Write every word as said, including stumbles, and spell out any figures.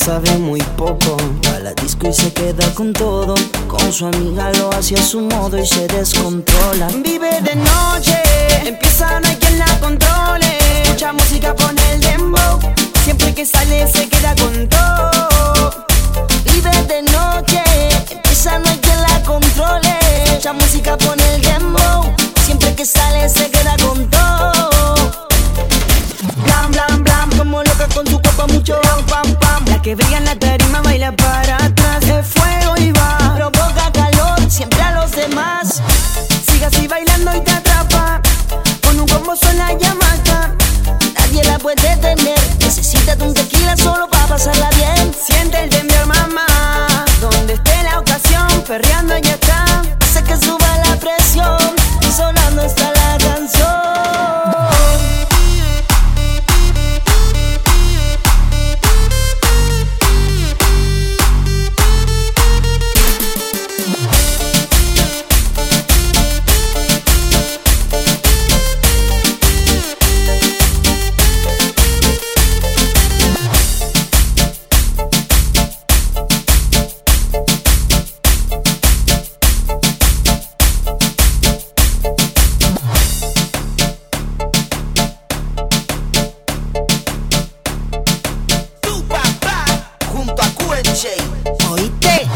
sabe muy poco. Va a la disco y se queda con todo. Con su amiga lo hace a su modo y se descontrola. Vive de noche, empieza, no hay quien la controle. Escucha música, pone el dembow. Siempre que sale se queda con todo. Vive de noche, empieza, no hay quien la controle. Escucha música, pone el dembow. Siempre que sale se queda con todo. Blam, blam, blam, como loca con su cuerpo mucho pam, pam, pam. La que brilla en la tarima baila para atrás. De fuego y va, provoca calor siempre a los demás. Sigue así bailando y te atrapa. Con un combo suena Yamaha. Nadie la puede tener. Necesitas un tequila solo para pasarla bien. Siente el temblor, mamá. Donde esté la ocasión, perreando ya está. Hace que suba la presión. Sonando está la canción. ¿Oíste?